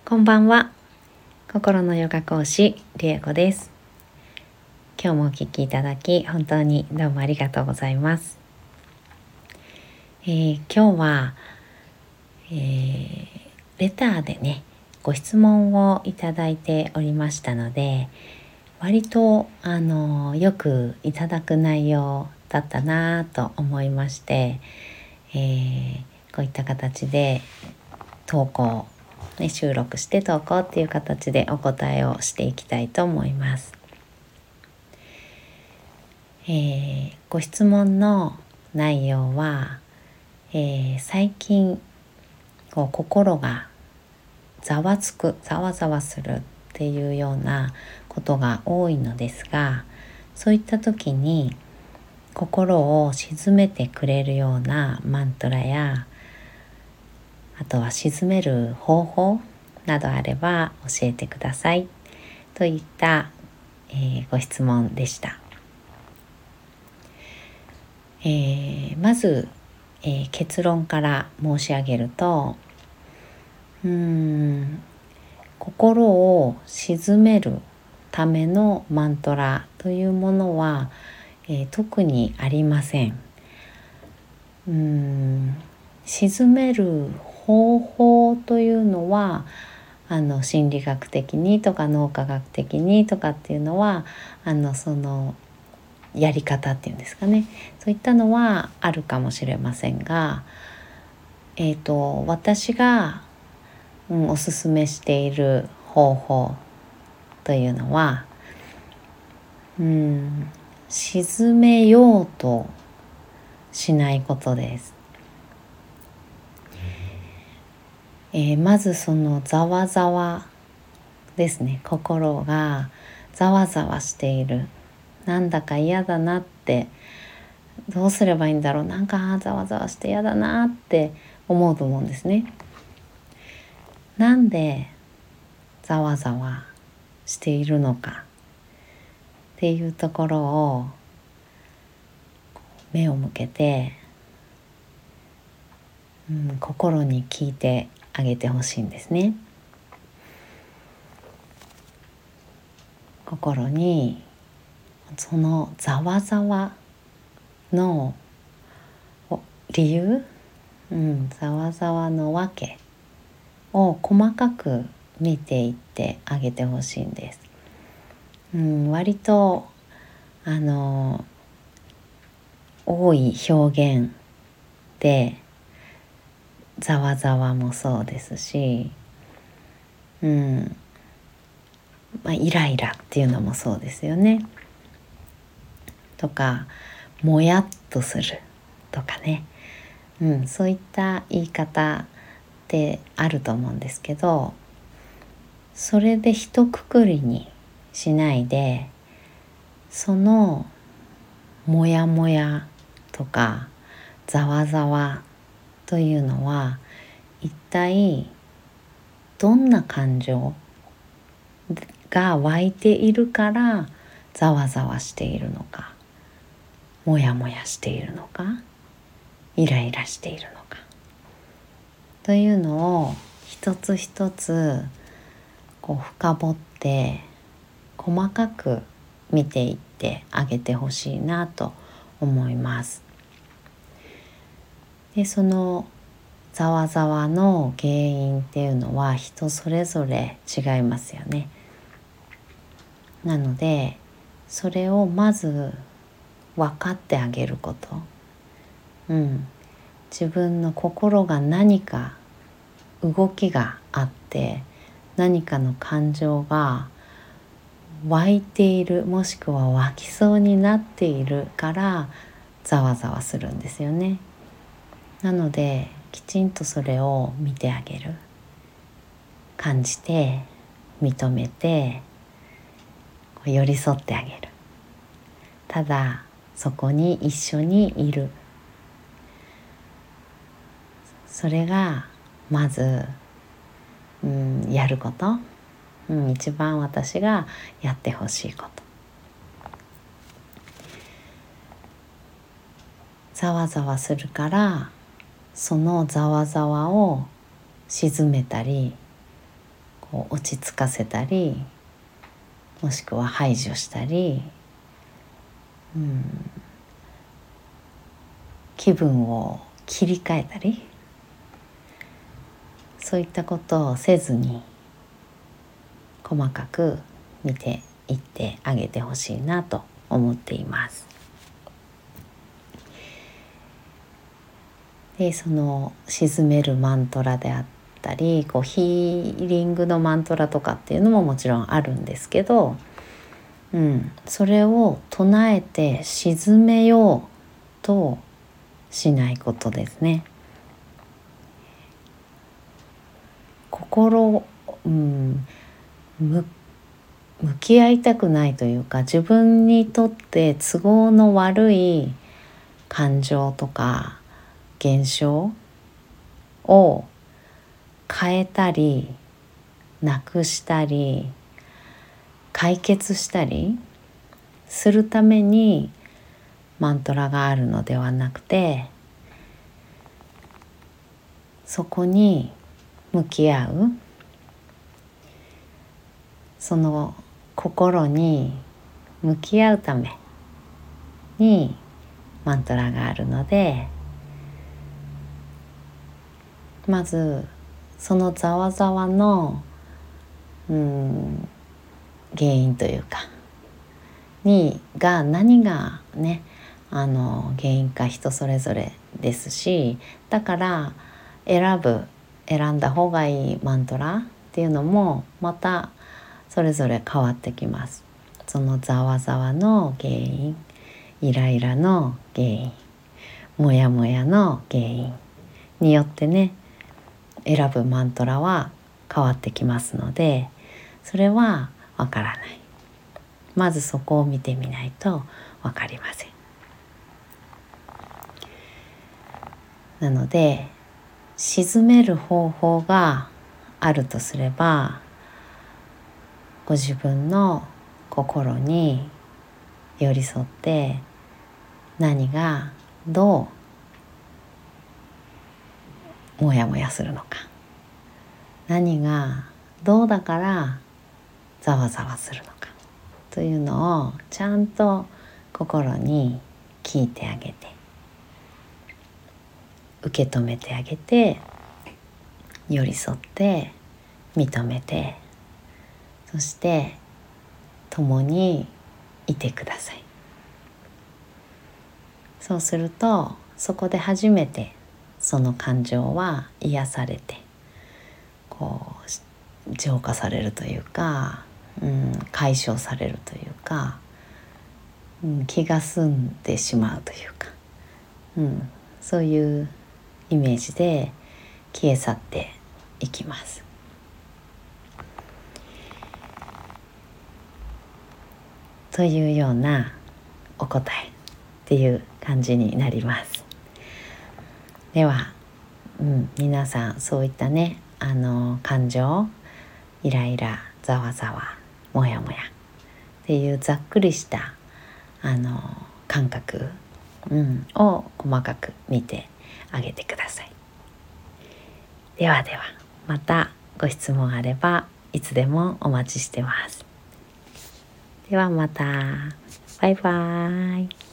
こんばんは。心のヨガ講師りえこです。今日もお聞きいただき本当にどうもありがとうございます。今日は、レターでねご質問をいただいておりましたので、割とよくいただく内容だったなと思いまして、こういった形で投稿収録して投稿っていう形でお答えをしていきたいと思います。ご質問の内容は、最近心がざわつく、ざわざわするっていうようなことが多いのですが、そういった時に心を静めてくれるようなマントラや、あとは静める方法などあれば教えてくださいといった、ご質問でした。まず、結論から申し上げると、心を静めるためのマントラというものは、特にありません。静める方法というのは心理学的にとか脳科学的にとかっていうのはそのやり方っていうんですかね、そういったのはあるかもしれませんが、私が、おすすめしている方法というのは、沈めようとしないことです。まずそのざわざわですね。心がざわざわしている、なんだか嫌だなって、どうすればいいんだろう、なんかざわざわして嫌だなって思うと思うんですね。なんでざわざわしているのかっていうところを目を向けて、心に聞いてあげてほしいんですね。心にそのざわざわの理由、ざわざわのわけを細かく見ていってあげてほしいんです。割と多い表現でざわざわもそうですし、イライラっていうのもそうですよね。とかもやっとするとかね、そういった言い方ってあると思うんですけど、それで一括りにしないで、そのもやもやとかざわざわというのは一体どんな感情が湧いているからざわざわしているのか、もやもやしているのか、イライラしているのかというのを一つ一つ深掘って細かく見ていってあげてほしいなと思います。で、そのざわざわの原因っていうのは人それぞれ違いますよね。なのでそれをまず分かってあげること、自分の心が何か動きがあって何かの感情が湧いている、もしくは湧きそうになっているからざわざわするんですよね。なのできちんとそれを見てあげる、感じて認めて寄り添ってあげる。ただそこに一緒にいる、それがまず、やること、一番私がやってほしいこと。ざわざわするから、そのざわざわを静めたりこう落ち着かせたり、もしくは排除したり、気分を切り替えたり、そういったことをせずに細かく見ていってあげてほしいなと思っています。で、その沈めるマントラであったり、こうヒーリングのマントラとかっていうのももちろんあるんですけど、それを唱えて沈めようとしないことですね。向き合いたくないというか、自分にとって都合の悪い感情とか現象を変えたり、なくしたり、解決したりするためにマントラがあるのではなくて、そこに向き合う、その心に向き合うためにマントラがあるので、まずそのざわざわの原因というかが何がね、原因か人それぞれですし、だから選んだ方がいいマントラっていうのもまたそれぞれ変わってきます。そのざわざわの原因、イライラの原因、モヤモヤの原因によってね、選ぶマントラは変わってきますので、それはわからない。まずそこを見てみないとわかりません。なので、沈める方法があるとすれば、ご自分の心に寄り添って、何がどうモヤモヤするのか、何がどうだからざわざわするのかというのをちゃんと心に聞いてあげて、受け止めてあげて、寄り添って認めて、そして共にいてください。そうすると、そこで初めてその感情は癒されて、こう浄化されるというか、解消されるというか、気が済んでしまうというか、そういうイメージで消え去っていきます。というようなお答えっていう感じになります。では、皆さんそういったね、感情、イライラ、ざわざわ、もやもやっていうざっくりした感覚、を細かく見てあげてください。ではでは、またご質問あればいつでもお待ちしてます。ではまた。バイバイ。